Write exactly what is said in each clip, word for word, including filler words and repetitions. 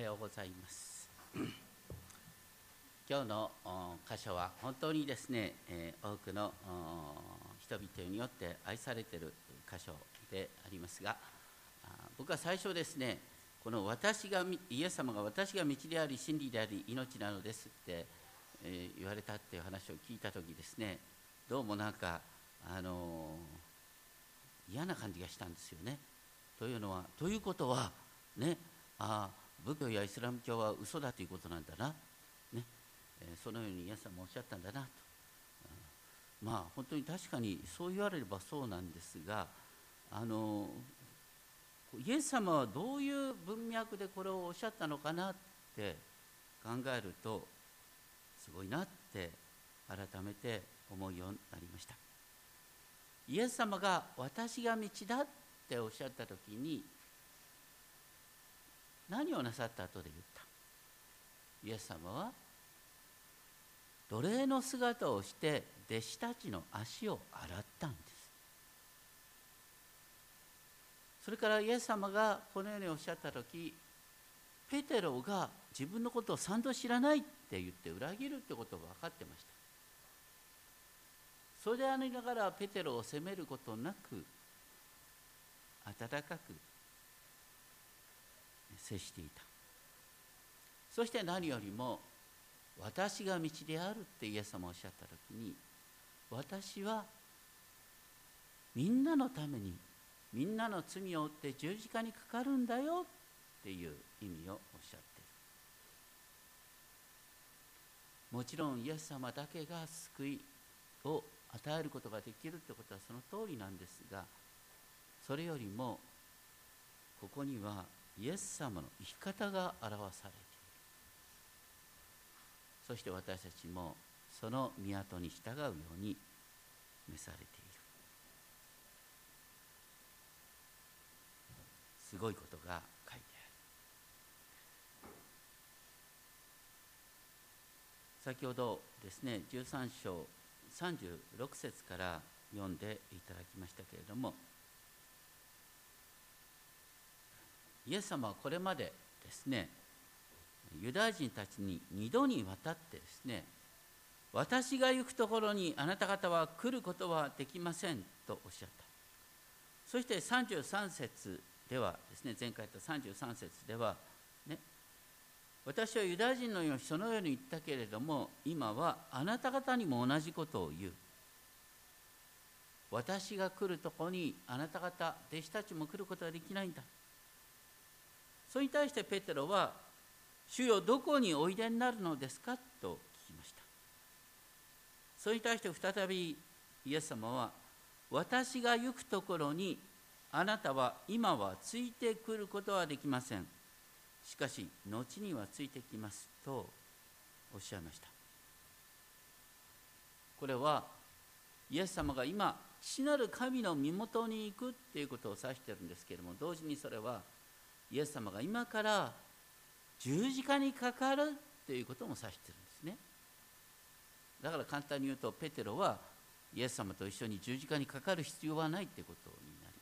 ようございます。今日の箇所は本当にですね、多くの人々によって愛されている箇所でありますが、僕は最初ですね、この私がイエス様が私が道であり真理であり命なのですって言われたっていう話を聞いたときですね、どうもなんかあの嫌な感じがしたんですよね。というのは、ということはね、ああ仏教やイスラム教は嘘だということなんだな、ねえー、そのようにイエス様おっしゃったんだなと、うん、まあ本当に確かにそう言われればそうなんですが、あのイエス様はどういう文脈でこれをおっしゃったのかなって考えると、すごいなって改めて思うようになりました。イエス様が私が道だっておっしゃったときに何をなさった後で言った？イエス様は奴隷の姿をして弟子たちの足を洗ったんです。それからイエス様がこのようにおっしゃったとき、ペテロが自分のことを三度知らないって言って裏切るってことが分かってました。それでありながらペテロを責めることなく温かく接していた。そして何よりも私が道であるってイエス様おっしゃったときに、私はみんなのためにみんなの罪を負って十字架にかかるんだよっていう意味をおっしゃっている。もちろんイエス様だけが救いを与えることができるってことはその通りなんですが、それよりもここにはイエス様の生き方が表されている。そして私たちもその御に従うように召されている。すごいことが書いてある。先ほどですね、じゅうさん章さんじゅうろく節から読んでいただきましたけれども、イエス様はこれまでですね、ユダヤ人たちに二度にわたってですね、私が行くところにあなた方は来ることはできませんとおっしゃった。そしてさんじゅうさん節ではですね、前回言ったさんじゅうさん節ではね、私はユダヤ人のようにそのように言ったけれども、今はあなた方にも同じことを言う。私が来るところにあなた方弟子たちも来ることはできないんだ。それに対してペテロは、主よどこにおいでになるのですかと聞きました。それに対して再びイエス様は、私が行くところにあなたは今はついてくることはできません。しかし後にはついてきますとおっしゃいました。これはイエス様が今父なる神の身元に行くっていうことを指しているんですけれども、同時にそれはイエス様が今から十字架にかかるということも指しているんですね。だから簡単に言うと、ペテロはイエス様と一緒に十字架にかかる必要はないということになります。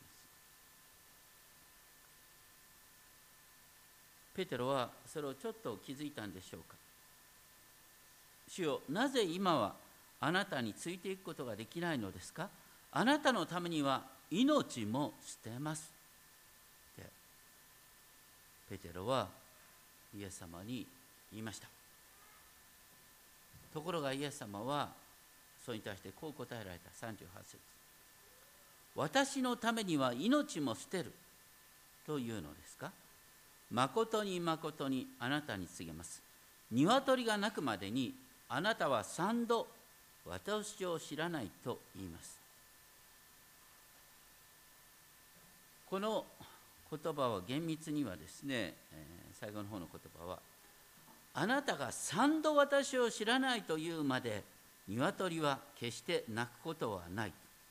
ペテロはそれをちょっと気づいたんでしょうか。主よ、なぜ今はあなたについていくことができないのですか？あなたのためには命も捨てますってペテロはイエス様に言いました。ところがイエス様はそれに対してこう答えられた。さんじゅうはち節、私のためには命も捨てるというのですか？誠に誠にあなたに告げます。鶏が鳴くまでにあなたは三度私を知らないと言います。この言葉は厳密にはですね、えー、最後の方の言葉は、あなたが三度私を知らないというまで鶏は決して鳴くことはないと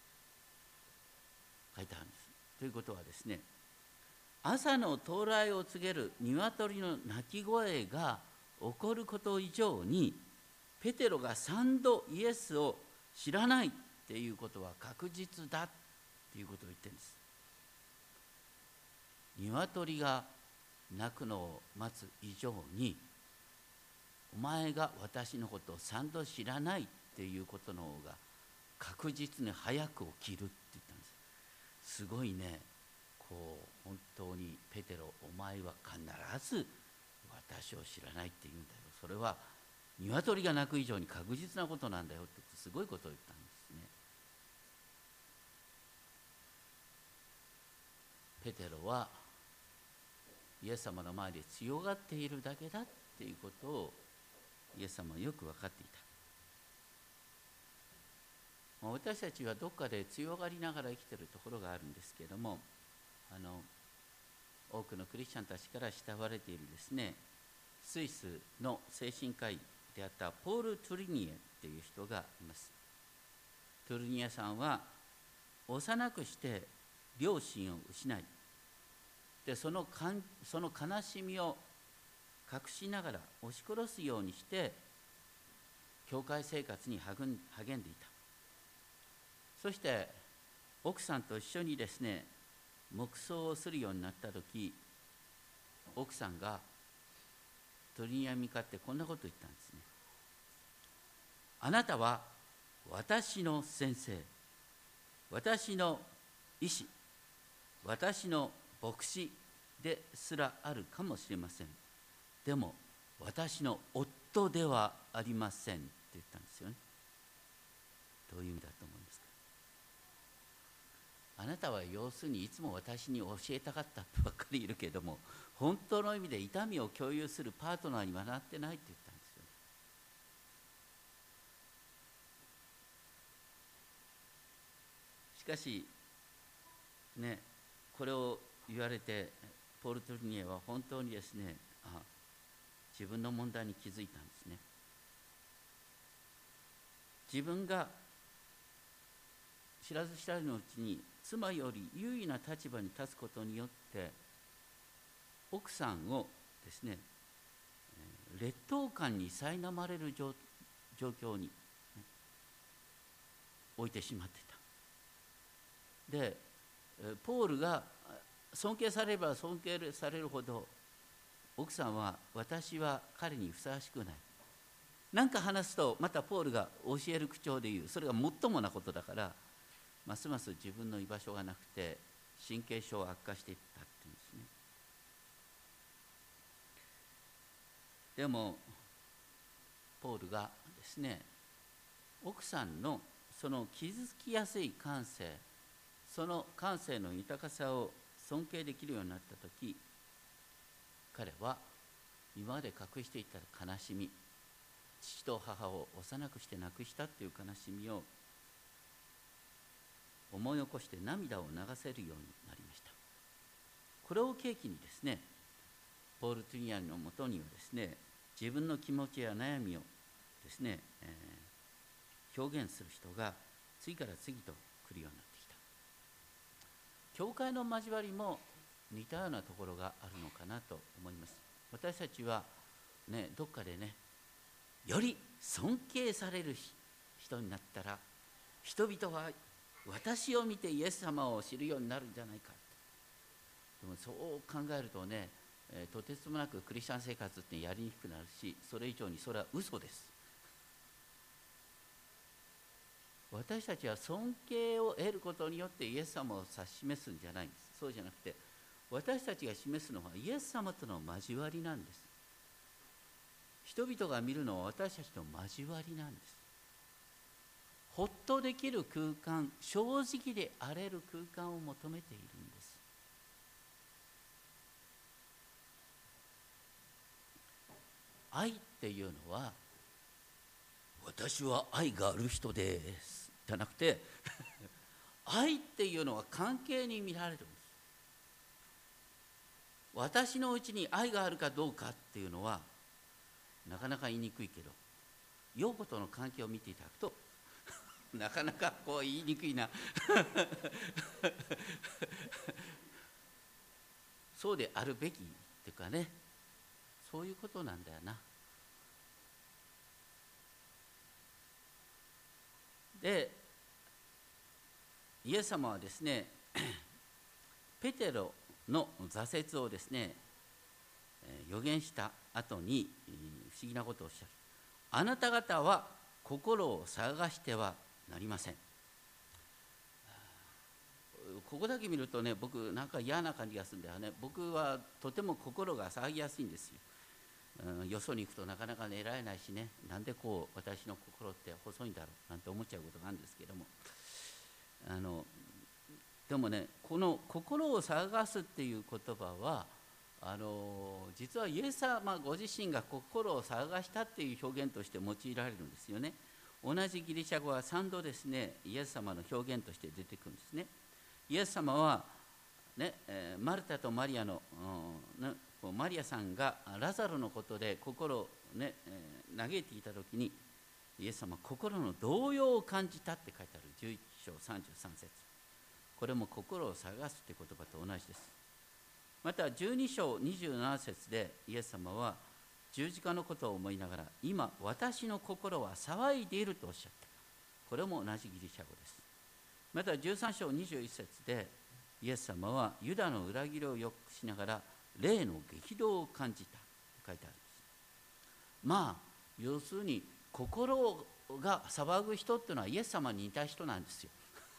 書いてあるんです。ということはですね、朝の到来を告げる鶏の鳴き声が起こること以上に、ペテロが三度イエスを知らないっていうことは確実だっていうことを言ってるんです。鶏が泣くのを待つ以上に、お前が私のことを三度知らないっていうことの方が確実に早く起きるって言ったんです。すごいね、こう本当にペテロ、お前は必ず私を知らないって言うんだよ、それは鶏が鳴く以上に確実なことなんだよってすごいことを言ったんですね。ペテロはイエス様の前で強がっているだけだっていうことをイエス様はよく分かっていた。私たちはどっかで強がりながら生きているところがあるんですけれども、あの多くのクリスチャンたちから慕われているですね、スイスの精神科医であったポール・トゥルニエっていう人がいます。トゥルニエさんは幼くして両親を失い、でそのかんその悲しみを隠しながら押し殺すようにして教会生活に励ん励んでいた。そして奥さんと一緒にですね、黙想をするようになった時、奥さんがトゥルニエに向かってこんなことを言ったんですね。あなたは私の先生、私の医師、私の牧師ですらあるかもしれません。でも私の夫ではありませんって言ったんですよね。どういう意味だと思いますか。あなたは要するにいつも私に教えたかったとばっかりいるけれども、本当の意味で痛みを共有するパートナーにはなってないって言ったんですよ。しかしね、これを言われてポール・トゥルニエは本当にですね、あ自分の問題に気づいたんですね。自分が知らず知らずのうちに妻より優位な立場に立つことによって奥さんをですね、劣等感に苛まれる状況に置いてしまってた。でポールが尊敬されれば尊敬されるほど奥さんは私は彼にふさわしくない、何か話すとまたポールが教える口調で言う、それがもっともなことだから、ますます自分の居場所がなくて神経症を悪化していったっていうんですね。でもポールがですね、奥さんのその傷つきやすい感性、その感性の豊かさを尊敬できるようになったとき、彼は今まで隠していた悲しみ、父と母を幼くして亡くしたという悲しみを思い起こして涙を流せるようになりました。これを契機にですね、ポール・トゥルニエのもとにはですね、自分の気持ちや悩みをですね、えー、表現する人が次から次と来るようになってきた。教会の交わりも似たようなところがあるのかなと思います。私たちはね、どっかでね、より尊敬される人になったら人々は私を見てイエス様を知るようになるんじゃないか。でもそう考えるとね、えー、とてつもなくクリスチャン生活ってやりにくくなるし、それ以上にそれは嘘です。私たちは尊敬を得ることによってイエス様を指し示すんじゃないんです。そうじゃなくて、私たちが示すのはイエス様との交わりなんです。人々が見るのは私たちの交わりなんです。ほっとできる空間、正直であれる空間を求めているんです。愛っていうのは、私は愛がある人ですじゃなくて愛っていうのは関係に見られるんです。私のうちに愛があるかどうかっていうのはなかなか言いにくいけど、陽子との関係を見ていただくとなかなかこう言いにくいなそうであるべきっていうかね、そういうことなんだよな。でイエス様はですねペテロの挫折をですね預言した後に不思議なことをおっしゃる。あなた方は心を探してはなりません。ここだけ見るとね、僕なんか嫌な感じがするんだよね。僕はとても心が騒ぎやすいんですよ。うん、よそに行くとなかなか寝られないしね、なんでこう私の心って細いんだろうなんて思っちゃうことがあるんですけども、あのでもね、この心を探すっていう言葉はあの実はイエス様ご自身が心を探したっていう表現として用いられるんですよね。同じギリシャ語はさんどですね、イエス様の表現として出てくるんですね。イエス様は、ねえー、マルタとマリアの、うんね、マリアさんがラザロのことで心を、ねえー、嘆いていたときに、イエス様は心の動揺を感じたって書いてあるじゅういっ章さんじゅうさん節。これも心を探すって言葉と同じです。またじゅうに章にじゅうなな節でイエス様は十字架のことを思いながら、今私の心は騒いでいるとおっしゃった。これも同じギリシャ語です。またじゅうさん章にじゅういち節でイエス様はユダの裏切りを予告しながら霊の激動を感じたと書いてあるんです。まあ要するに心が騒ぐ人っていうのはイエス様に似た人なんですよ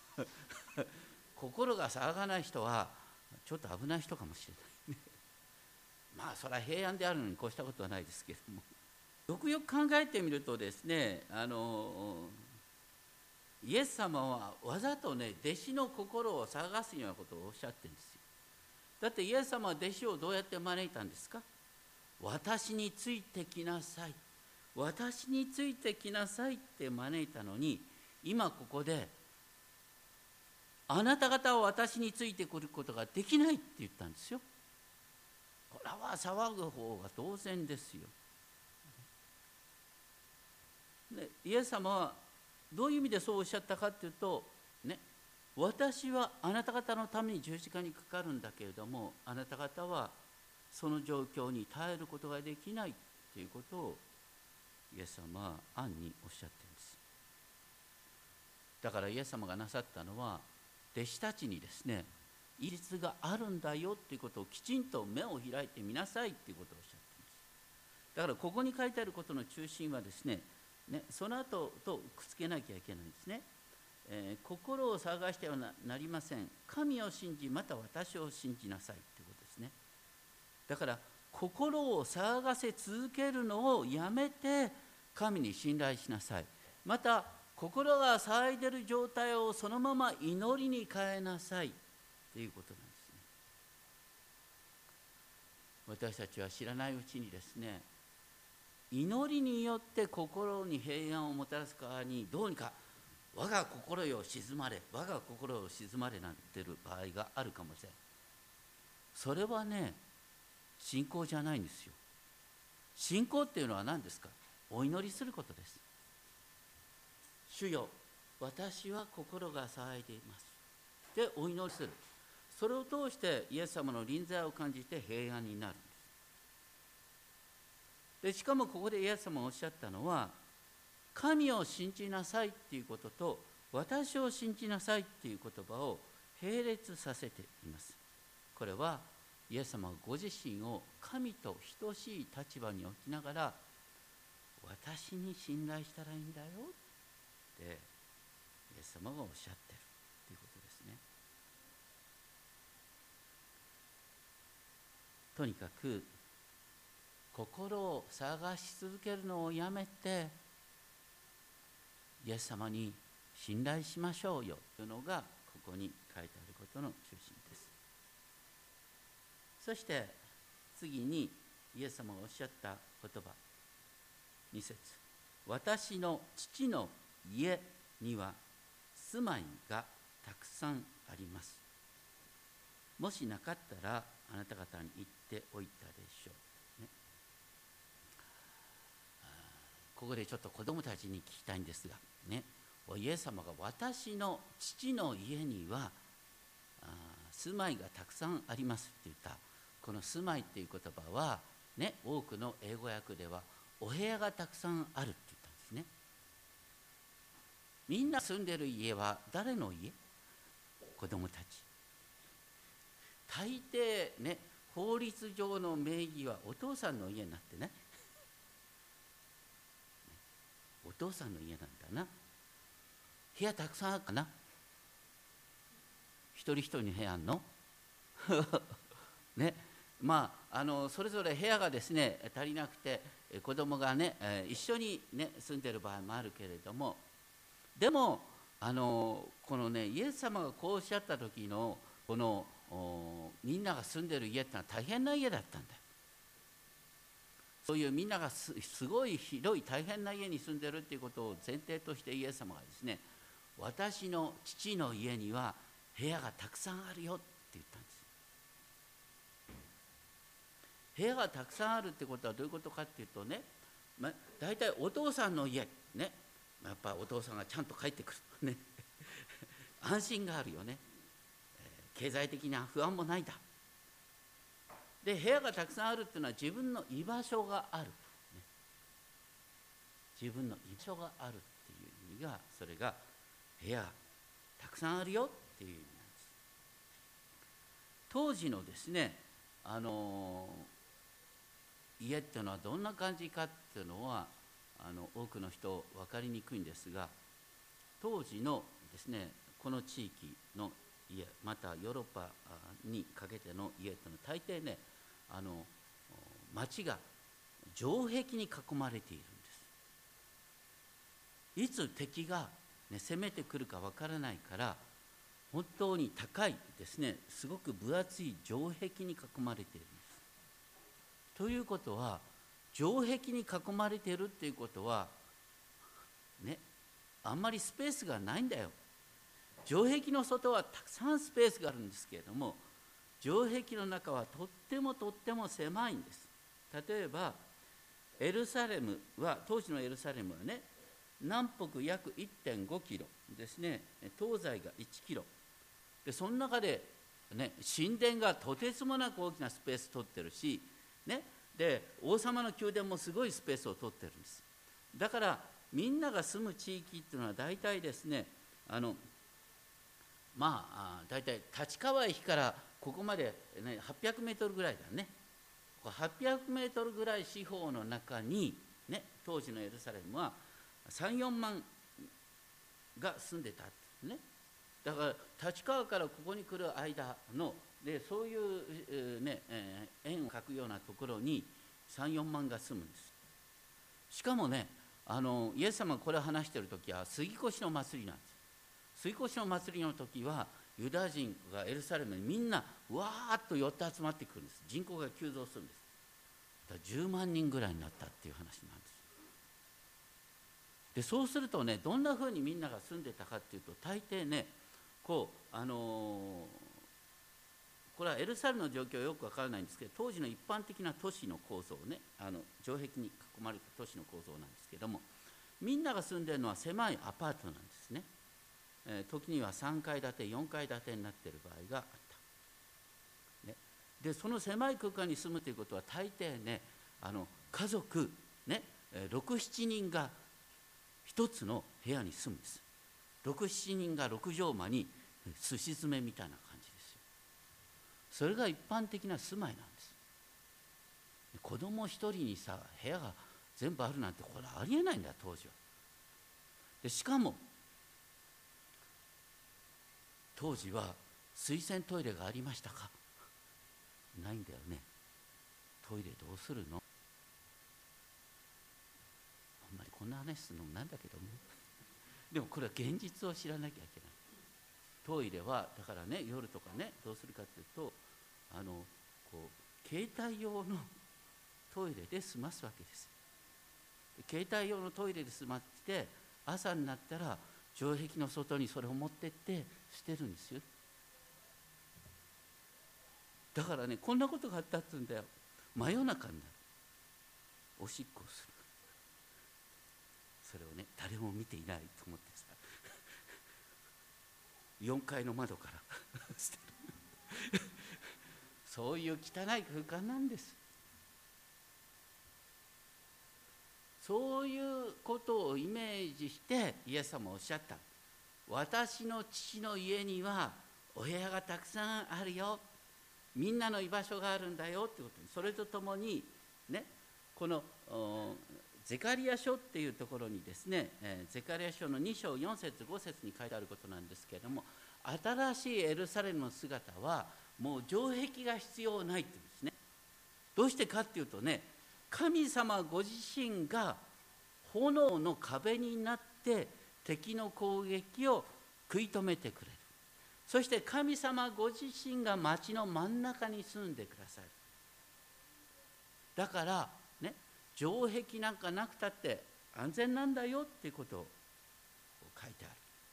心が騒がない人はちょっと危ない人かもしれないまあそれは平安であるのにこうしたことはないですけれども、よくよく考えてみるとですね、あのイエス様はわざとね、弟子の心を探すようなことをおっしゃってるんですよ。だってイエス様は弟子をどうやって招いたんですか。私についてきなさい、私についてきなさいって招いたのに、今ここであなた方は私についてくることができないって言ったんですよ。これは騒ぐ方が当然ですよ。でイエス様はどういう意味でそうおっしゃったかというと、ね、私はあなた方のために十字架にかかるんだけれども、あなた方はその状況に耐えることができないということをイエス様は暗におっしゃっているんです。だからイエス様がなさったのは、弟子たちにですね、異立があるんだよということをきちんと目を開いてみなさいということをおっしゃっているんです。だからここに書いてあることの中心はですね、ね、その後とくっつけなきゃいけないんですね。えー、心を探しては な, なりません。神を信じ、また私を信じなさいということですね。だから心を騒がせ続けるのをやめて神に信頼しなさい。また心が騒いでいる状態をそのまま祈りに変えなさいということなんですね。私たちは知らないうちにですね、祈りによって心に平安をもたらす代わりに、どうにか我が心よ静まれ、我が心よ静まれなんて言ってる場合があるかもしれない。それはね、信仰じゃないんですよ。信仰っていうのは何ですか。お祈りすることです。主よ、私は心が騒いでいますでお祈りする。それを通してイエス様の臨在を感じて平安になるんです。でしかもここでイエス様がおっしゃったのは、神を信じなさいっていうことと私を信じなさいっていう言葉を並列させています。これはイエス様ご自身を神と等しい立場に置きながら、私に信頼したらいいんだよってイエス様がおっしゃってるということですね。とにかく心を探し続けるのをやめて、イエス様に信頼しましょうよというのがここに書いてあることの中心です。そして次にイエス様がおっしゃった言葉、に節、私の父の家には住まいがたくさんあります。もしなかったらあなた方に言っておいたでしょう、ね、ここでちょっと子供たちに聞きたいんですがね、イエス様が私の父の家には住まいがたくさんありますって言った、この住まいっていう言葉はね、多くの英語訳ではお部屋がたくさんあるって言ったんですね。みんな住んでる家は誰の家？子供たち。大抵ね、 法律上の名義はお父さんの家になってね、お父さんの家なんだな。部屋たくさんあるかな。一人一人に部屋あんのね、まああのそれぞれ部屋がですね足りなくて子供がね一緒にね住んでる場合もあるけれども、でもあのこのねイエス様がこうおっしゃった時のこのみんなが住んでる家ってのは大変な家だったんだよ。そういうみんなが す, すごい広い大変な家に住んでるっていうことを前提としてイエス様がですね、私の父の家には部屋がたくさんあるよって言ったんです。部屋がたくさんあるってことはどういうことかっていうとね、まあ、大体お父さんの家ね、やっぱお父さんがちゃんと帰ってくるね安心があるよね、えー、経済的な不安もないだ。で部屋がたくさんあるっていうのは自分の居場所がある、ね、自分の居場所があるっていう意味が、それが部屋がたくさんあるよっていう意味なんです。当時のですね、あのー、家っていうのはどんな感じかっていうのはあの多くの人分かりにくいんですが、当時のですねこの地域の家、またヨーロッパにかけての家っていうのは大抵ね、あの町が城壁に囲まれているんです。いつ敵が、ね、攻めてくるかわからないから、本当に高いですね、すごく分厚い城壁に囲まれているんです。ということは、城壁に囲まれているっていうことはね、あんまりスペースがないんだよ。城壁の外はたくさんスペースがあるんですけれども、城壁の中はとってもとっても狭いんです。例えばエルサレムは、当時のエルサレムはね、南北約 いってんごキロですね、東西がいちキロで、その中で、ね、神殿がとてつもなく大きなスペースを取ってるし、ね、で王様の宮殿もすごいスペースを取ってるんです。だからみんなが住む地域っていうのは大体ですね、あのまあ大体立川駅からここまで、ね、はっぴゃくメートルぐらいだね。はっぴゃくメートルぐらい四方の中に、ね、当時のエルサレムはさん、よんまんが住んでた、ね、だから立川からここに来る間ので、そういう、えーねえー、円を描くようなところにさん、よんまんが住むんです。しかもね、あのイエス様がこれを話している時は杉越の祭りなんです。杉越の祭りの時はユダヤ人がエルサレムにみんなわーっと寄って集まってくるんです。人口が急増するんです。だからじゅうまんにんぐらいになったっていう話なんです。でそうするとね、どんなふうにみんなが住んでたかっていうと、大抵ね、こうあのー、これはエルサレムの状況はよくわからないんですけど、当時の一般的な都市の構造ね、あの城壁に囲まれた都市の構造なんですけども、みんなが住んでるのは狭いアパートなんですね。えー、時にはさんかい建てよんかい建てになっている場合があった、ね、でその狭い空間に住むということは大抵ね、あの家族ね、ろく、ななにんが一つの部屋に住むんです。ろく、ななにんがろく畳間にすし詰めみたいな感じですよ。それが一般的な住まいなんです。子供一人にさ部屋が全部あるなんて、これありえないんだ当時は。でしかも当時は水洗トイレがありましたか？ないんだよね。トイレどうするの？あんまりこんな話するのもなんだけどもでもこれは現実を知らなきゃいけない。トイレはだからね、夜とかね、どうするかっていうと、あのこう携帯用のトイレで済ますわけです。携帯用のトイレで済まって朝になったら城壁の外にそれを持ってって捨てるんですよ。だからね、こんなことがあったって言うんだよ。真夜中になる、おしっこをする。それをね、誰も見ていないと思ってさよんかいの窓から捨てるそういう汚い空間なんです。そういうことをイメージしてイエス様はおっしゃった。私の父の家にはお部屋がたくさんあるよ。 みんなの居場所があるんだよってことに、それとともにね、このゼカリア書っていうところにですね、えー、ゼカリア書のに章よん節ご節に書いてあることなんですけれども、新しいエルサレムの姿はもう城壁が必要ないって言うんですね。どうしてかっていうとね、神様ご自身が炎の壁になって敵の攻撃を食い止めてくれる。そして神様ご自身が町の真ん中に住んでくださる。だからね、城壁なんかなくたって安全なんだよっていうことを書いてある。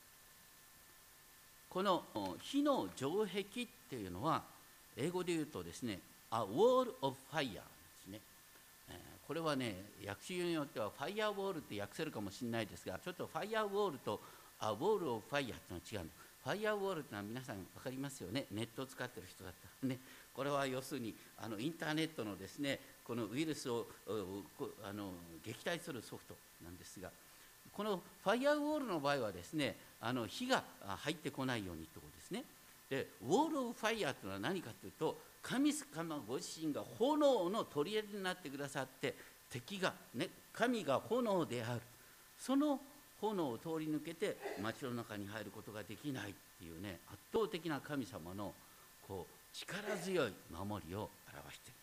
この火の城壁っていうのは英語で言うとですね、A Wall of Fire ですね。これはね、訳詞によってはファイアウォールって訳せるかもしれないですが、ちょっとファイアウォールとA Wall of Fireっていうのは違うの。ファイアウォールってのは皆さん分かりますよね。ネットを使ってる人だったらね。これは要するにあのインターネットのですね、このウイルスをあの撃退するソフトなんですが、このファイアウォールの場合はですね、あの火が入ってこないようにということですね。で、ウォール・オブ・ファイヤーというのは何かというと、神様ご自身が炎の砦になってくださって、敵がね、神が炎である、その炎を通り抜けて町の中に入ることができないっていうね、圧倒的な神様のこう力強い守りを表している。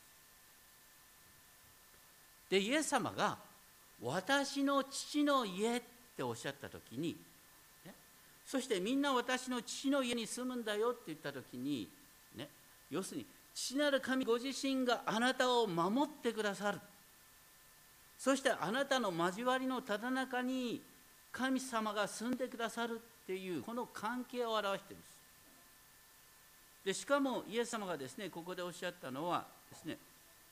で、イエス様が私の父の家っておっしゃったときに、ね、そしてみんな私の父の家に住むんだよって言ったときに、ね、要するに父なる神ご自身があなたを守ってくださる。そしてあなたの交わりのただ中に神様が住んでくださるっていうこの関係を表しているんです。で、しかもイエス様がですね、ここでおっしゃったのはですね、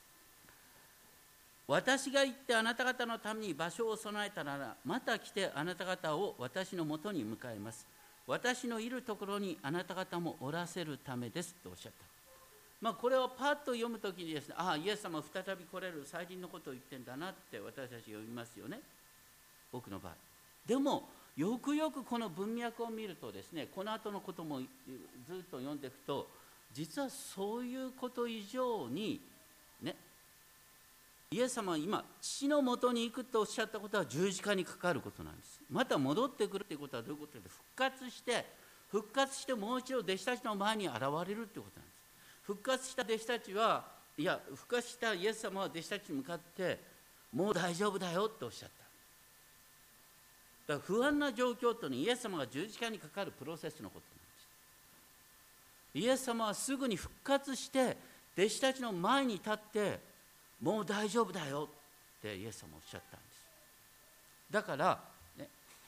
私が行ってあなた方のために場所を備えたなら、また来てあなた方を私のもとに迎えます。私のいるところにあなた方もおらせるためですとおっしゃった。まあ、これをパッと読むときにですね、ああ、イエス様再び来れる再臨のことを言ってんだなって私たち読みますよね、多くの場合。でもよくよくこの文脈を見るとですね、この後のこともずっと読んでいくと、実はそういうこと以上にね、イエス様は今父のもとに行くとおっしゃったことは十字架にかかることなんです。また戻ってくるということはどういうことで、復活して復活してもう一度弟子たちの前に現れるということなんです。復活した弟子たちは、いや復活したイエス様は弟子たちに向かってもう大丈夫だよとおっしゃった。だから不安な状況というのはイエス様が十字架にかかるプロセスのことなんです。イエス様はすぐに復活して弟子たちの前に立ってもう大丈夫だよってイエス様はおっしゃったんです。だから、ね、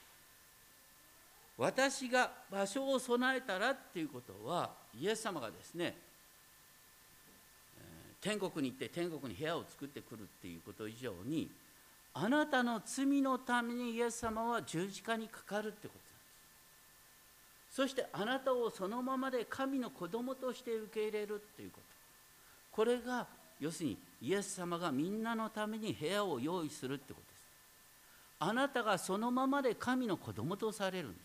私が場所を備えたらっていうことは、イエス様がですね、天国に行って天国に部屋を作ってくるっていうこと以上に、あなたの罪のためにイエス様は十字架にかかるってことなんです。そしてあなたをそのままで神の子供として受け入れるっていうこと、これが要するにイエス様がみんなのために部屋を用意するってことです。あなたがそのままで神の子供とされるんです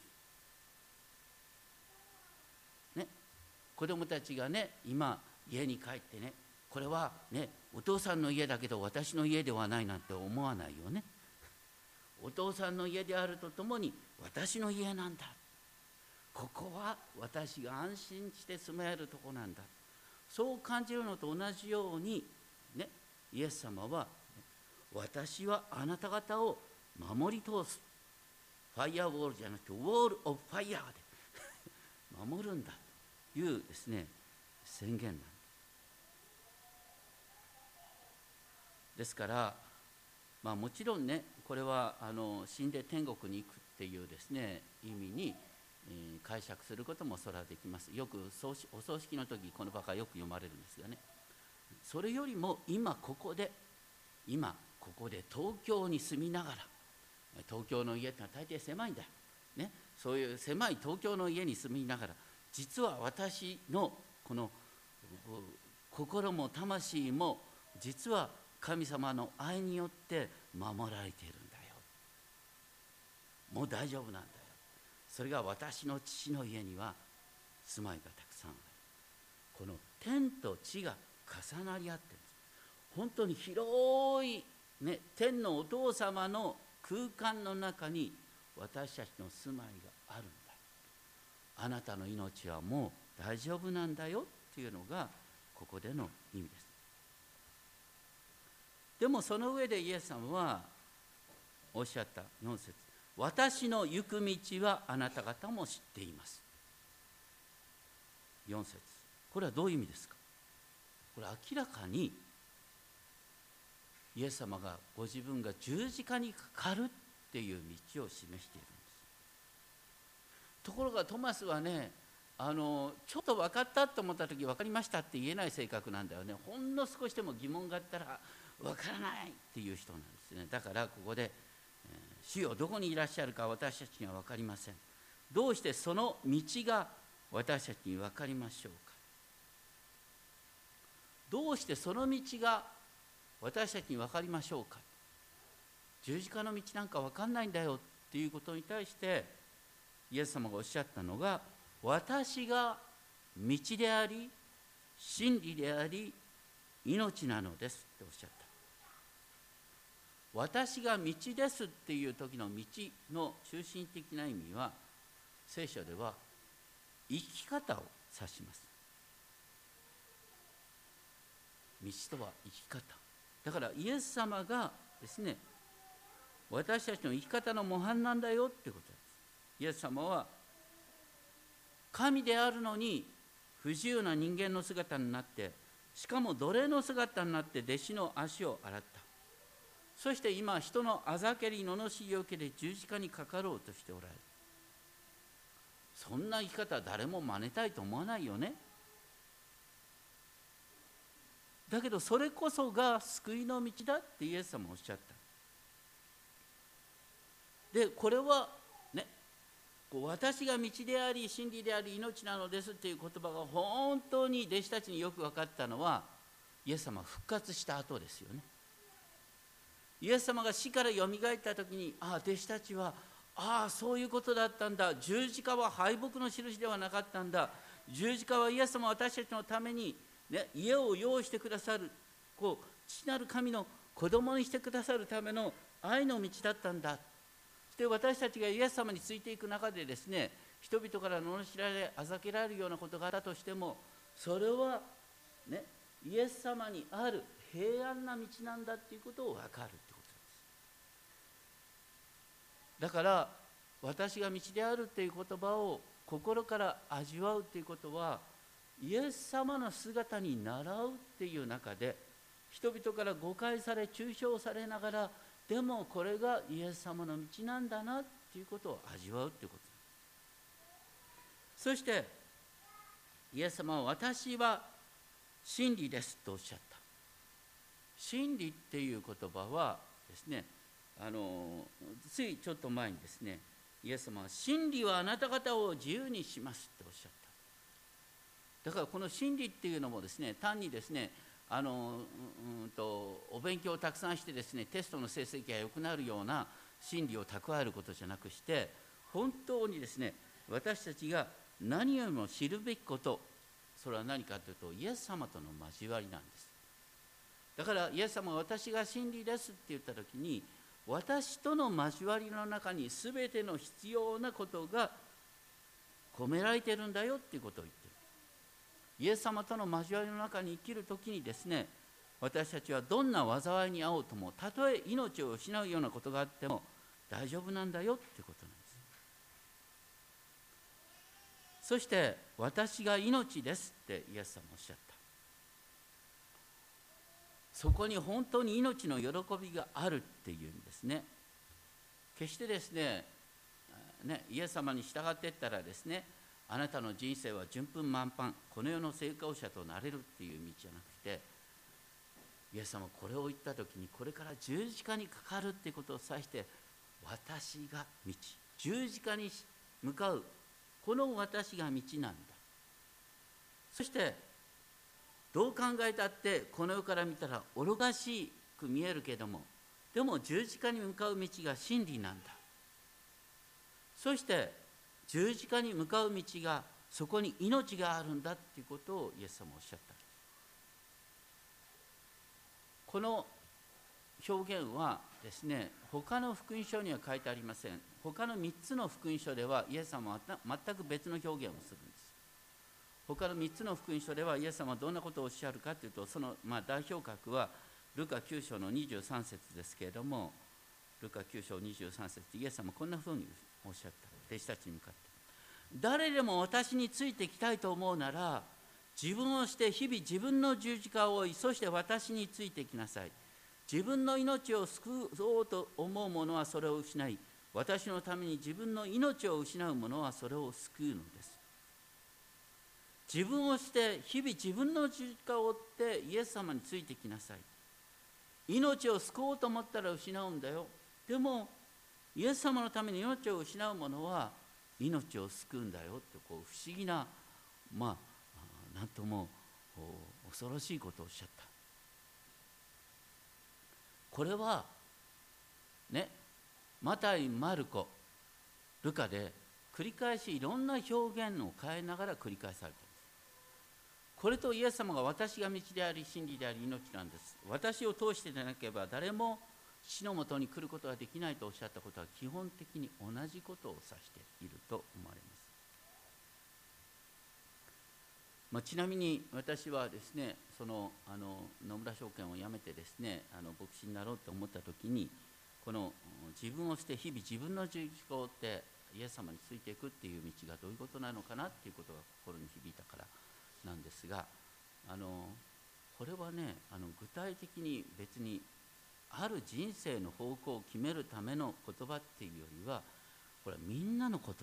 、ね、子供たちがね、今家に帰ってね、これはね、お父さんの家だけど私の家ではないなんて思わないよね。お父さんの家であるとともに私の家なんだ、ここは私が安心して住めるとこなんだ、そう感じるのと同じように、ね、イエス様は私はあなた方を守り通す、ファイアウォールじゃなくてウォール・オブ・ファイヤーで守るんだというですね、宣言なんです。ですから、まあ、もちろんね、これはあの死んで天国に行くっていうですね意味に、えー、解釈することもそれはできます。よくお葬式の時この場がよく読まれるんですがね、それよりも今ここで今ここで東京に住みながら、東京の家ってのは大抵狭いんだよ、ね、そういう狭い東京の家に住みながら、実は私のこの心も魂も実は神様の愛によって守られているんだよ、もう大丈夫なんだよ、それが私の父の家には住まいがたくさんある。この天と地が重なり合っているんです。本当に広い、ね、天のお父様の空間の中に私たちの住まいがあるんだ。あなたの命はもう大丈夫なんだよっていうのがここでの意味です。でもその上でイエス様はおっしゃったよん節、私の行く道はあなた方も知っています。よん節、これはどういう意味ですか。これ明らかにイエス様がご自分が十字架にかかるっていう道を示しているんです。ところがトマスはね、あのちょっと分かったと思った時分かりましたって言えない性格なんだよね。ほんの少しでも疑問があったら分からないっていう人なんですね。だからここで、えー、主よどこにいらっしゃるか私たちには分かりません。どうしてその道が私たちに分かりましょうか。どうしてその道が私たちに分かりましょうか。十字架の道なんか分かんないんだよっていうことに対してイエス様がおっしゃったのが、私が道であり真理であり命なのですっておっしゃった。私が道ですっていう時の道の中心的な意味は、聖書では生き方を指します。道とは生き方だから、イエス様がですね、私たちの生き方の模範なんだよってことです。イエス様は神であるのに不自由な人間の姿になって、しかも奴隷の姿になって弟子の足を洗った。そして今人のあざけり罵りを受けて十字架にかかろうとしておられる。そんな生き方誰も真似たいと思わないよね。だけどそれこそが救いの道だってイエス様はおっしゃった。でこれはね、私が道であり真理であり命なのですっていう言葉が本当に弟子たちによく分かったのは、イエス様が復活した後ですよね。イエス様が死からよみがえった時に、ああ弟子たちはああそういうことだったんだ、十字架は敗北の印ではなかったんだ、十字架はイエス様は私たちのために、ね、家を用意してくださる、こう父なる神の子供にしてくださるための愛の道だったんだ。で私たちがイエス様についていく中でですね、人々から罵られあざけられるようなことがあったとしても、それはね、イエス様にある平安な道なんだっていうことを分かるってことです。だから私が道であるっていう言葉を心から味わうっていうことは、イエス様の姿に倣うっていう中で、人々から誤解され中傷されながら、でもこれがイエス様の道なんだなっていうことを味わうっていうことです。そしてイエス様は私は真理ですとおっしゃった。真理っていう言葉はですね、あのついちょっと前にですね、イエス様は真理はあなた方を自由にしますっておっしゃった。だからこの真理っていうのもですね、単にですね、あのうんとお勉強をたくさんしてですね、テストの成績が良くなるような真理を蓄えることじゃなくして、本当にですね、私たちが何よりも知るべきこと、それは何かというと、イエス様との交わりなんです。だからイエス様は私が真理ですって言った時に、私との交わりの中に全ての必要なことが込められているんだよっていうことを言っている。イエス様との交わりの中に生きるときにですね、私たちはどんな災いに遭おうとも、たとえ命を失うようなことがあっても大丈夫なんだよっていうことなんです。そして私が命ですってイエス様おっしゃった。そこに本当に命の喜びがあるっていうんですね。決してですね、ね、イエス様に従っていったらですね、あなたの人生は順風満帆、この世の成功者となれるっていう道じゃなくて、イエス様はこれを言った時に、これから十字架にかかるっていうことを指して、私が道、十字架に向かう、この私が道なんだ。そしてどう考えたってこの世から見たら愚かしく見えるけども、でも十字架に向かう道が真理なんだ。そして十字架に向かう道がそこに命があるんだっていうことをイエス様はおっしゃった。この表現はですね、他の福音書には書いてありません。他のみっつの福音書ではイエス様は全く別の表現をするんです。他のみっつの福音書ではイエス様はどんなことをおっしゃるかというと、そのまあ代表格はルカきゅう章のにじゅうさん節ですけれども、ルカきゅう章にじゅうさん節でイエス様はこんなふうにおっしゃった。弟子たちに向かって、誰でも私についてきたいと思うなら、自分をして日々自分の十字架を追い、そして私についてきなさい。自分の命を救おうと思う者はそれを失い、私のために自分の命を失う者はそれを救うのです。自分をして日々自分の十字架を追ってイエス様についてきなさい。命を救おうと思ったら失うんだよ。でもイエス様のために命を失う者は命を救うんだよって、こう不思議な、まあなんとも恐ろしいことをおっしゃった。これはね、マタイ、マルコ、ルカで繰り返しいろんな表現を変えながら繰り返されています。これとイエス様が私が道であり真理であり命なんです、私を通してでなければ誰も父のもとに来ることができないとおっしゃったことは基本的に同じことを指していると思われます。まあ、ちなみに私はですね、そのあの野村証券を辞めてですね、あの牧師になろうと思った時に、この自分をして日々自分の十字架を追ってイエス様についていくっていう道がどういうことなのかなっていうことが心に響いたからなんですが、あのこれはね、あの具体的に別にある人生の方向を決めるための言葉っていうよりは、これはみんなの言葉なんです。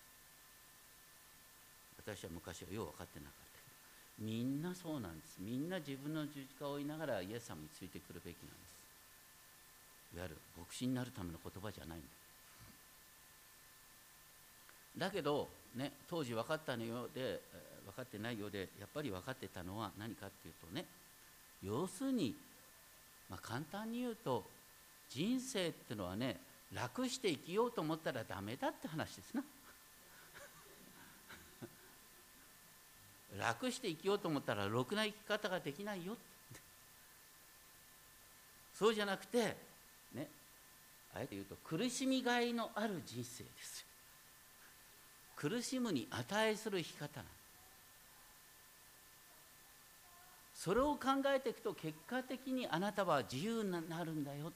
私は昔はよう分かってなかったけど、みんなそうなんです。みんな自分の十字架を追いながらイエス様についてくるべきなんです。いわゆる牧師になるための言葉じゃないんだ。だけどね、当時分かったのようで分かってないようで、やっぱり分かってたのは何かっていうとね、要するに、まあ、簡単に言うと、人生っていうのはね、楽して生きようと思ったらダメだって話ですな。楽して生きようと思ったらろくな生き方ができないよ。そうじゃなくてね、あえて言うと苦しみがいのある人生ですよ。苦しむに値する生き方なんです。それを考えていくと、結果的にあなたは自由になるんだよってことを言ってるんです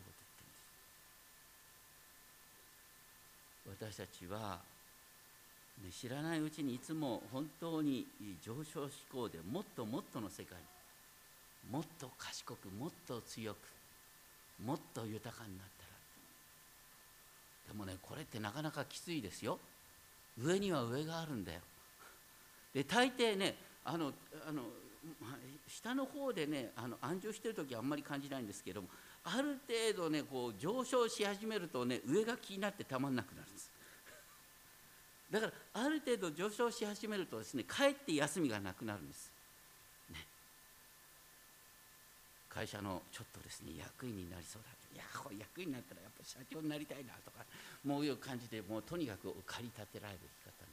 。私たちはね、知らないうちにいつも本当に上昇志向で、もっともっとの世界に、もっと賢く、もっと強く、もっと豊かになったら。でもね、これってなかなかきついですよ。上には上があるんだよ。で大抵ね、あのあの下の方でね、あの安住してる時はあんまり感じないんですけども、ある程度ねこう上昇し始めるとね、上が気になってたまんなくなるんです。だからある程度上昇し始めるとですね、かえって休みがなくなるんです、ね、会社のちょっとですね役員になりそうだと、いやこれ役員になったらやっぱり社長になりたいなとか、もういう感じで、もうとにかく駆り立てられる生き方に。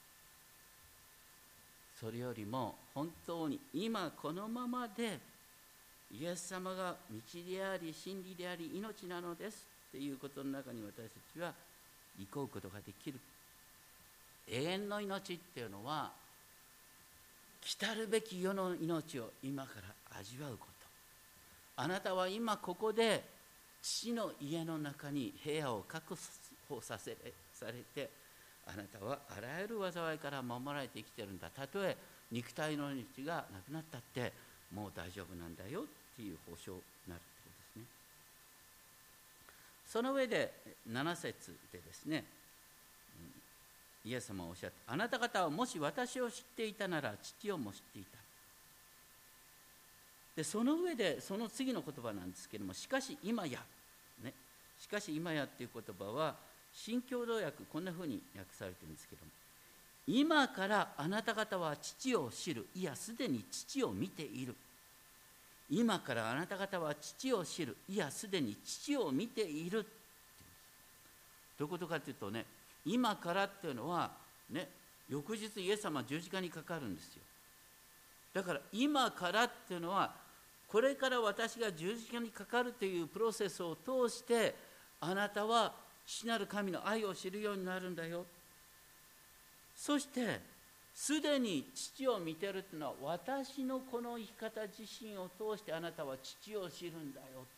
それよりも本当に今このままでイエス様が道であり真理であり命なのですっていうことの中に、私たちは行こうことができる。永遠の命っていうのは、来たるべき世の命を今から味わうこと。あなたは今ここで父の家の中に部屋を確保させされて、あなたはあらゆる災いから守られて生きてるんだ。たとえ肉体の命がなくなったってもう大丈夫なんだよっていう保証になるということですね。その上でなな節でですね、イエス様はおっしゃって、あなた方はもし私を知っていたなら父をも知っていた。でその上でその次の言葉なんですけれども、しかし今や、ね、しかし今やっていう言葉は新共同訳、こんなふうに訳されているんですけども、今からあなた方は父を知る、いやすでに父を見ている。今からあなた方は父を知る、いやすでに父を見ている。どういうことかというとね、今からっていうのはね、 翌日イエス様は十字架にかかるんですよ。だから今からっていうのは、これから私が十字架にかかるというプロセスを通して、あなたは父なる神の愛を知るようになるんだよ。そしてすでに父を見てるっていうのは、私のこの生き方自身を通してあなたは父を知るんだよってことを言ってるんです。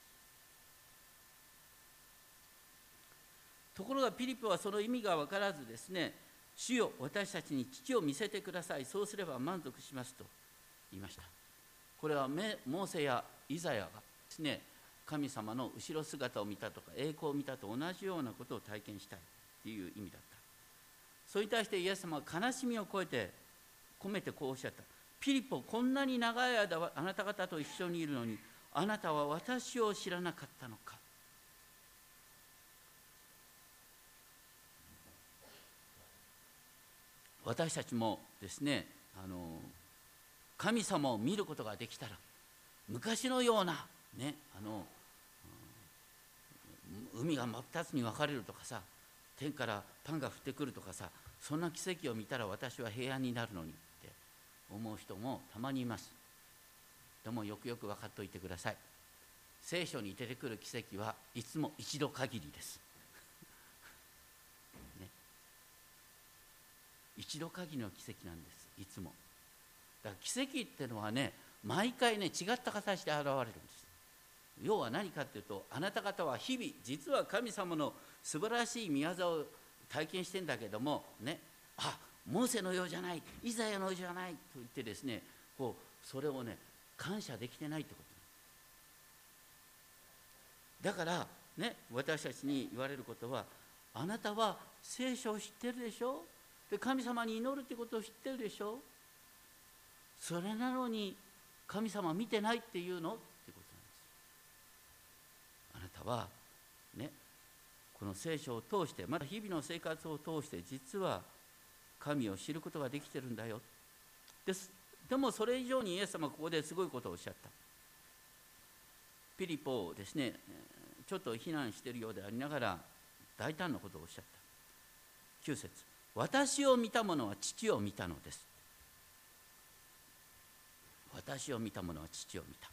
ところがピリポはその意味が分からずですね、主よ、私たちに父を見せてください、そうすれば満足しますと言いました。これはモーセやイザヤがですね、神様の後ろ姿を見たとか栄光を見たと同じようなことを体験したいという意味だった。それに対してイエス様は悲しみを超えて込めてこうおっしゃった。ピリポ、こんなに長い間あなた方と一緒にいるのに、あなたは私を知らなかったのか。私たちもですね、あの神様を見ることができたら、昔のようなね、あの海が真っ二つに分かれるとかさ、天からパンが降ってくるとかさ、そんな奇跡を見たら私は平安になるのにって思う人もたまにいます。でもよくよく分かっておいてください。聖書に出てくる奇跡はいつも一度限りです、ね、一度限りの奇跡なんです。いつもだから奇跡っていうのはね、毎回ね、違った形で現れるんです。要は何かっていうと、あなた方は日々実は神様の素晴らしい宮沢を体験してんだけどもね、あ、モーセのようじゃない、イザヤのようじゃないと言ってですね、こうそれをね感謝できてないってこと。だからね、私たちに言われることは、あなたは聖書を知ってるでしょ、で神様に祈るってことを知ってるでしょ、それなのに神様見てないっていうのってことなんです。あなたはね、この聖書を通して、また日々の生活を通して実は神を知ることができてるんだよです。でもそれ以上にイエス様はここですごいことをおっしゃった。ピリポをですね、ちょっと非難しているようでありながら大胆なことをおっしゃった。きゅう節、私を見た者は父を見たのです。私を見た者は父を見た。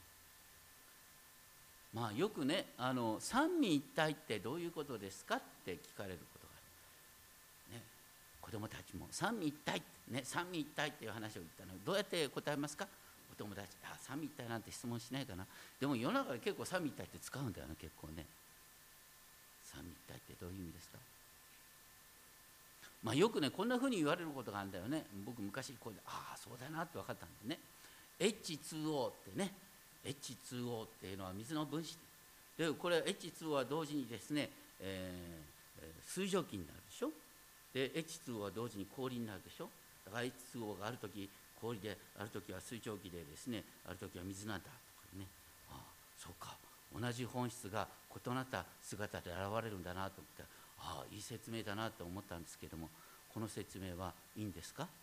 まあよくね、あの三位一体ってどういうことですかって聞かれることがある、ね、子供たちも三位一体、ね、三位一体っていう話を言ったの、どうやって答えますか。お友達、あ、三位一体なんて質問しないかな。でも世の中で結構三位一体って使うんだよね、結構ね。三位一体ってどういう意味ですか。まあよくね、こんなふうに言われることがあるんだよね。僕昔こうで、ああそうだなって分かったんだよね。エイチツーオー ってね、エイチツーオー っていうのは水の分子で、これ エイチツーオー は同時にですね、えー、水蒸気になるでしょ。で エイチツーオー は同時に氷になるでしょ。だから エイチツーオー があるとき氷で、あるときは水蒸気でですね、あるときは水なんだとかね。ああそうか、同じ本質が異なった姿で現れるんだなと思って、ああいい説明だなと思ったんですけども、この説明はいいんですか。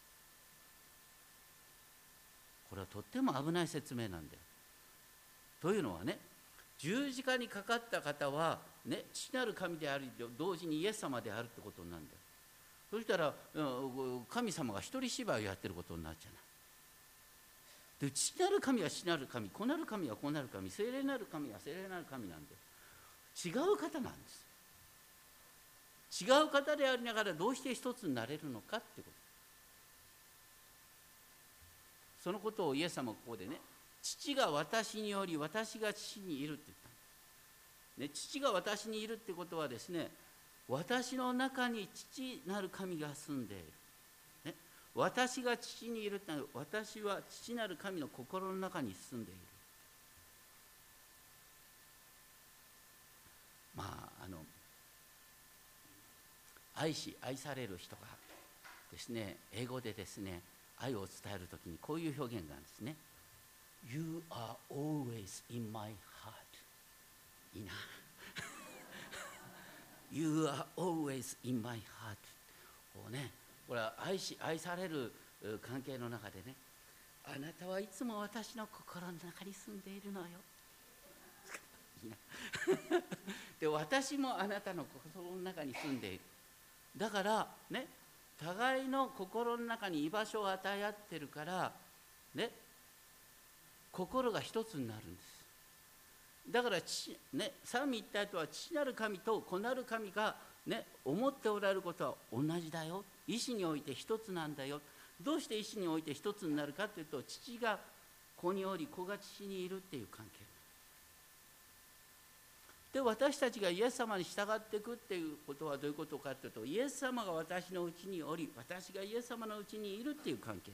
これはとっても危ない説明なんだよ。というのはね、十字架にかかった方は、ね、父なる神であり同時にイエス様であるってことになるんだよ。そしたら神様が一人芝居をやってることになるじゃない。で、父なる神は父なる神、子なる神は子なる神、聖霊なる神は聖霊なる神なんで、違う方なんです。違う方でありながらどうして一つになれるのかってこと。そのことをイエス様はここでね、父が私により私が父にいるって言った、ね、父が私にいるってことはですね、私の中に父なる神が住んでいる、ね、私が父にいるってのは、私は父なる神の心の中に住んでいる。まああの愛し愛される人がですね、英語でですね、愛を伝えるときにこういう表現があるんですね。You are always in my heart. いいな。You are always in my heart. こうね、これは愛し愛される関係の中でね、あなたはいつも私の心の中に住んでいるのよ。いいな。で、私もあなたの心の中に住んでいる。だからね、 互いの心の中に居場所を与え合ってるからね、心が一つになるんです。だから父、ね、三位一体とは父なる神と子なる神が、ね、思っておられることは同じだよ。意志において一つなんだよ。どうして意志において一つになるかというと、父が子におり子が父にいるっていう関係で、私たちがイエス様に従っていくっていうことはどういうことかというと、イエス様が私のうちにおり私がイエス様のうちにいるっていう関係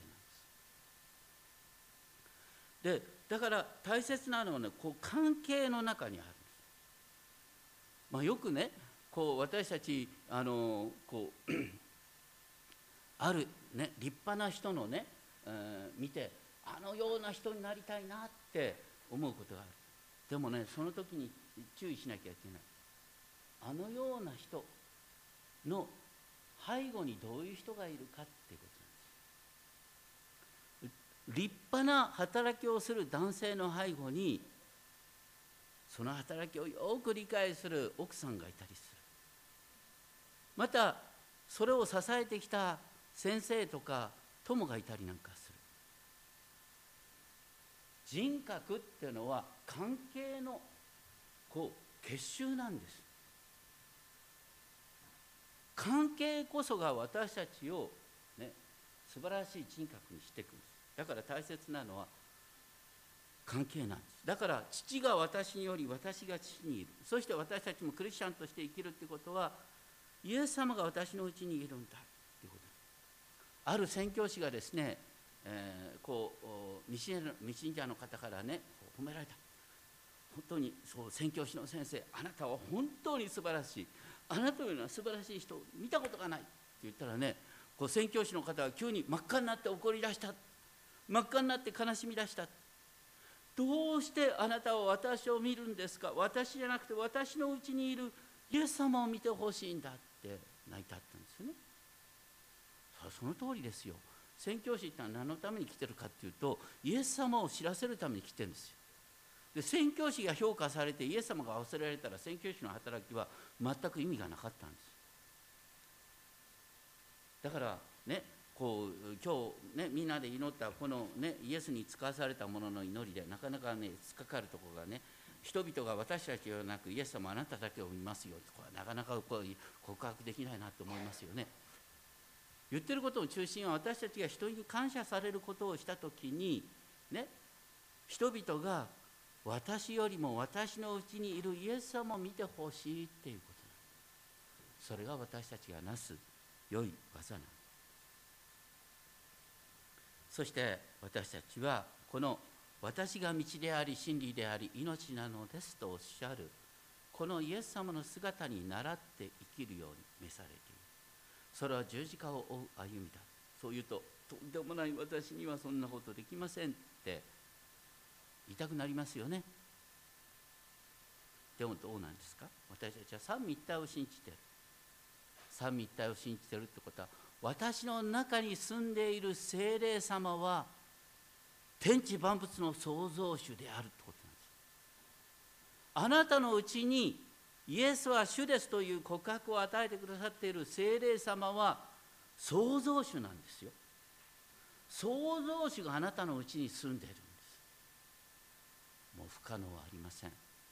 なんです。でだから大切なのはね、こう関係の中にあるんです。まあ、よくね、こう私たちあのこうあるね立派な人のね、えー、見てあのような人になりたいなって思うことがある。でもね、その時に注意しなきゃいけない。あのような人の背後にどういう人がいるかっていうこと立派な働きをする男性の背後にその働きをよく理解する奥さんがいたりする。またそれを支えてきた先生とか友がいたりなんかする。人格っていうのは関係のこう結集なんです。関係こそが私たちをね素晴らしい人格にしていくんです。だから大切なのは関係なんです。だから父が私により私が父にいる。そして私たちもクリスチャンとして生きるってことはイエス様が私のうちにいるんだということ。ある宣教師がですね、えー、こう未信者の方からね褒められた。本当にそう宣教師の先生、あなたは本当に素晴らしい。あなたのような素晴らしい人を見たことがないって言ったらね、こう宣教師の方は急に真っ赤になって怒り出した。真っ赤になって悲しみ出した。どうしてあなたは私を見るんですか。私じゃなくて私のうちにいるイエス様を見てほしいんだって泣いてあったんですよね。その通りですよ。宣教師ってのは何のために来てるかっていうと、イエス様を知らせるために来てるんですよ。で宣教師が評価されてイエス様が忘れられたら宣教師の働きは全く意味がなかったんです。だからね、こう今日ねみんなで祈ったこのねイエスに使わされたものの祈りでなかなかね突っかかるところがね、人々が私たちではなくイエス様あなただけを見ますよとかなかなかこう告白できないなと思いますよね。言ってることの中心は私たちが人に感謝されることをしたときにね、人々が私よりも私のうちにいるイエス様を見てほしいっていうことなんです。それが私たちがなす良い技なんです。そして私たちはこの私が道であり真理であり命なのですとおっしゃるこのイエス様の姿に倣って生きるように召されている。それは十字架を追う歩みだ。そう言うととんでもない私にはそんなことできませんって言いたくなりますよね。でもどうなんですか。私たちは三位一体を信じている。三位一体を信じているってことは私の中に住んでいる聖霊様は天地万物の創造主であるということなんです。あなたのうちにイエスは主ですという告白を与えてくださっている聖霊様は創造主なんですよ。創造主があなたのうちに住んでいるんです。もう不可能はありません。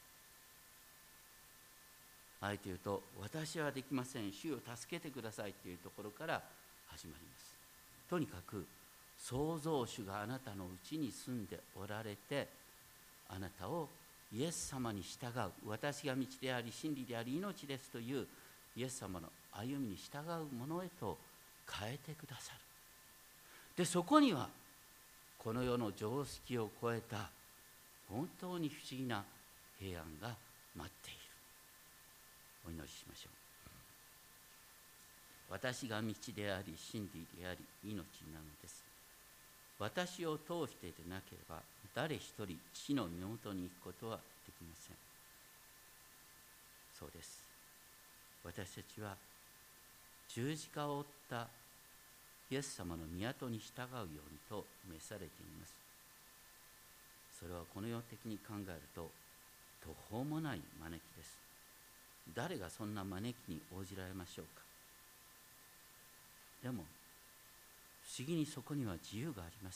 あえて言うと私はできません、主を助けてくださいというところから始まります。とにかく創造主があなたのうちに住んでおられて、あなたをイエス様に従う、私が道であり真理であり命ですというイエス様の歩みに従うものへと変えてくださる。でそこにはこの世の常識を超えた本当に不思議な平安が待っている。お祈りしましょう。私が道であり真理であり命なのです。私を通してでなければ誰一人父の身元に行くことはできません。そうです。私たちは十字架を負ったイエス様の御業に従うようにと召されています。それはこの世的に考えると途方もない招きです。誰がそんな招きに応じられましょうか。 でも不思議にそこには自由があります。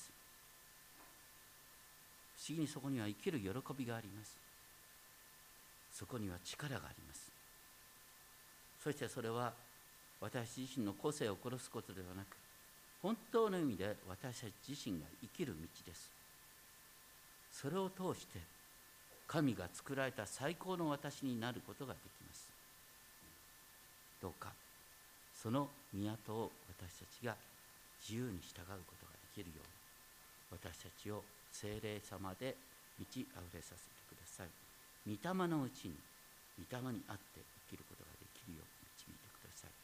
不思議にそこには生きる喜びがあります。そこには力があります。そしてそれは私自身の個性を殺すことではなく、本当の意味で私たち自身が生きる道です。それを通して神が作られた最高の私になることができます。どうかその港を私たちが自由に従うことができるように、私たちを聖霊様で満ち溢れさせてください。御霊のうちに御霊にあって生きることができるよう導いてください。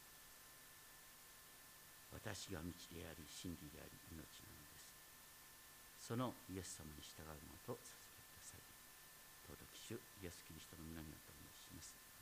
私が道であり真理であり命なのです。そのイエス様に従うものとさせてください。尊き主イエスキリストの皆によってお願いします。